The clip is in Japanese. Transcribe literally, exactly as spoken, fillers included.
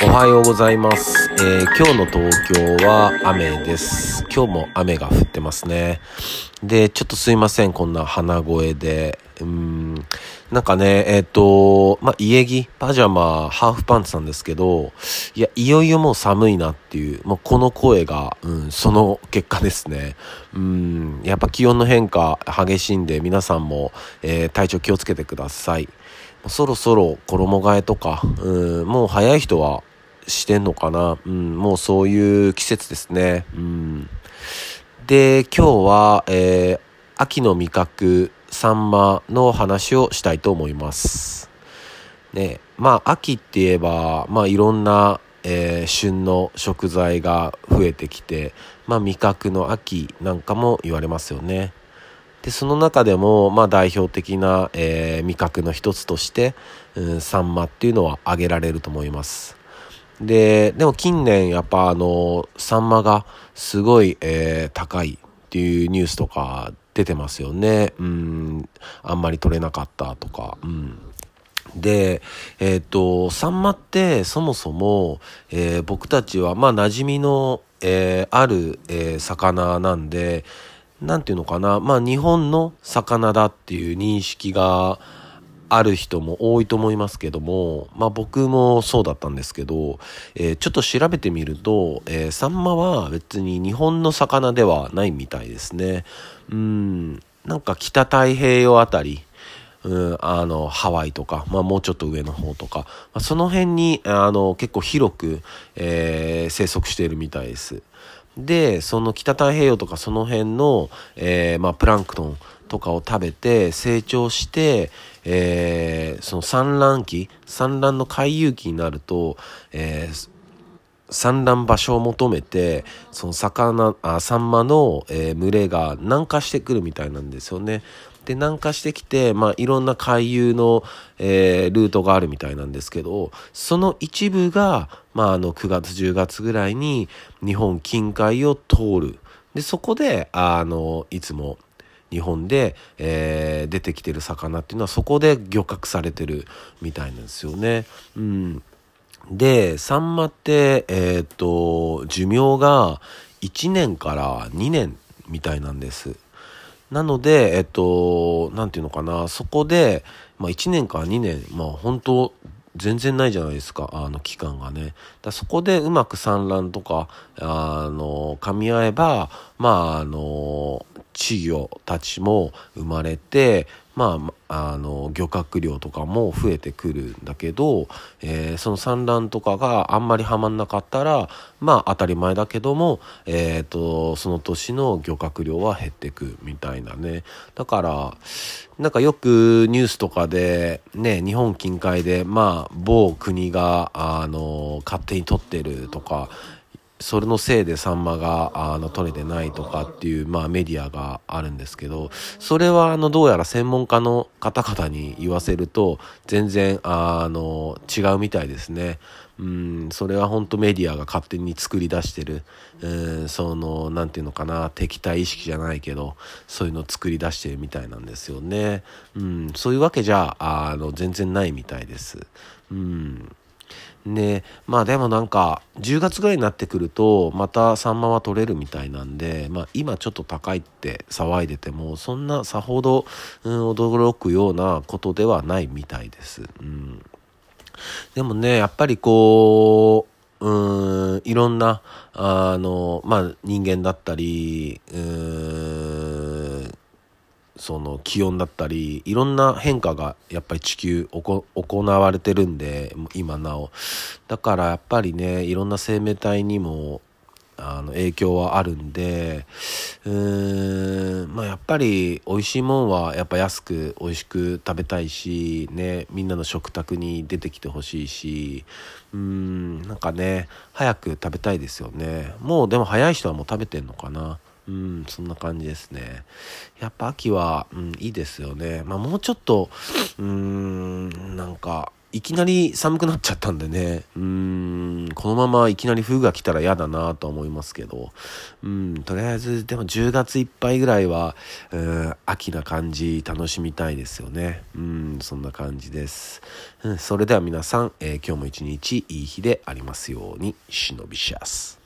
おはようございます、えー、今日の東京は雨です。今日も雨が降ってますね。で、ちょっとすいません、こんな鼻声で。うーんなんかね、えっと、まあ、家着、パジャマ、ハーフパンツなんですけど、いや、いよいよもう寒いなっていう、もうこの声が、うん、その結果ですね。うん、やっぱ気温の変化激しいんで、皆さんも、えー、体調気をつけてください。そろそろ衣替えとか、うん、もう早い人はしてんのかな、うん、もうそういう季節ですね。うん、で、今日は、えー、秋の味覚、サンマの話をしたいと思います。ね、まあ、秋って言えば、まあ、いろんな、えー、旬の食材が増えてきて、まあ、味覚の秋なんかも言われますよね。で、その中でも、まあ、代表的な、えー味覚の一つとして、うん、サンマっていうのは挙げられると思います。で、でも近年やっぱあの、サンマがすごい、えー高いっていうニュースとか出てますよね。うん、あんまり取れなかったとか。うん。で、えっと、サンマってそもそも、えー僕たちはまあ馴染みの、えーある、えー魚なんで、なんていうのかな、まあ日本の魚だっていう認識がある人も多いと思いますけども、まあ僕もそうだったんですけど、えーちょっと調べてみると、えーサンマは別に日本の魚ではないみたいですね。うん、なんか北太平洋あたり、うん、あの、ハワイとか、まあもうちょっと上の方とか、まあ、その辺に、あの、結構広く、えー生息しているみたいです。で、その北太平洋とかその辺の、えーまあプランクトンとかを食べて成長して、えーその産卵期、産卵の回遊期になると、えー産卵場所を求めて、その魚、あ、サンマの、えー群れが南下してくるみたいなんですよね。で、南下してきて、まあ、いろんな回遊の、えールートがあるみたいなんですけど、その一部が、まあ、あの、くがつ、じゅうがつぐらいに日本近海を通る。で、そこで、あの、いつも、日本で、えー出てきてる魚っていうのはそこで漁獲されてるみたいなんですよね。うん。で、サンマって、えーっと、寿命がいちねんからにねんみたいなんです。なので、えっと、なんていうのかな、そこで、まあいちねんからにねん、まあ本当全然ないじゃないですか、あの期間がね。だそこでうまく産卵とか、あの、噛み合えば、まああの、稚魚たちも生まれて、まあ、あの、漁獲量とかも増えてくるんだけど、えーその産卵とかがあんまりはまんなかったら、まあ当たり前だけども、えっと、その年の漁獲量は減ってくみたいなね。だから、なんかよくニュースとかで、ね、日本近海で、まあ、某国が、あの、勝手に取ってるとか、それのせいでサンマがあの取れてないとかっていう、まあ、メディアがあるんですけど、それはあのどうやら専門家の方々に言わせると全然あの違うみたいですね。うん、それは本当メディアが勝手に作り出してる、うん、そのなんていうのかな、敵対意識じゃないけどそういうのを作り出してるみたいなんですよね。うん、そういうわけじゃあの全然ないみたいです。うんね、まあでもなんかじゅうがつぐらいになってくるとまたサンマは取れるみたいなんで、まあ今ちょっと高いって騒いでてもそんなさほど、うん、驚くようなことではないみたいです。うん、でもね、やっぱりこう、うーん、いろんな、あの、まあ人間だったり、うーん、その気温だったりいろんな変化がやっぱり地球おこ行われてるんで今なおだからやっぱりねいろんな生命体にもあの影響はあるんでうーんまあやっぱり美味しいもんはやっぱ安く美味しく食べたいしねみんなの食卓に出てきてほしいしうーんなんかね早く食べたいですよね。もうでも早い人はもう食べてんのかな。うん、そんな感じですね。やっぱ秋は、うん、いいですよね。まあもうちょっと、うーん、なんか、いきなり寒くなっちゃったんでね、うーん、 このままいきなり冬が来たら嫌だなと思いますけど、うん、とりあえずでもじゅうがついっぱいぐらいは、うん、秋な感じ楽しみたいですよね。うん、そんな感じです。うん、それでは皆さん、えー今日も一日いい日でありますように。シノビシャス。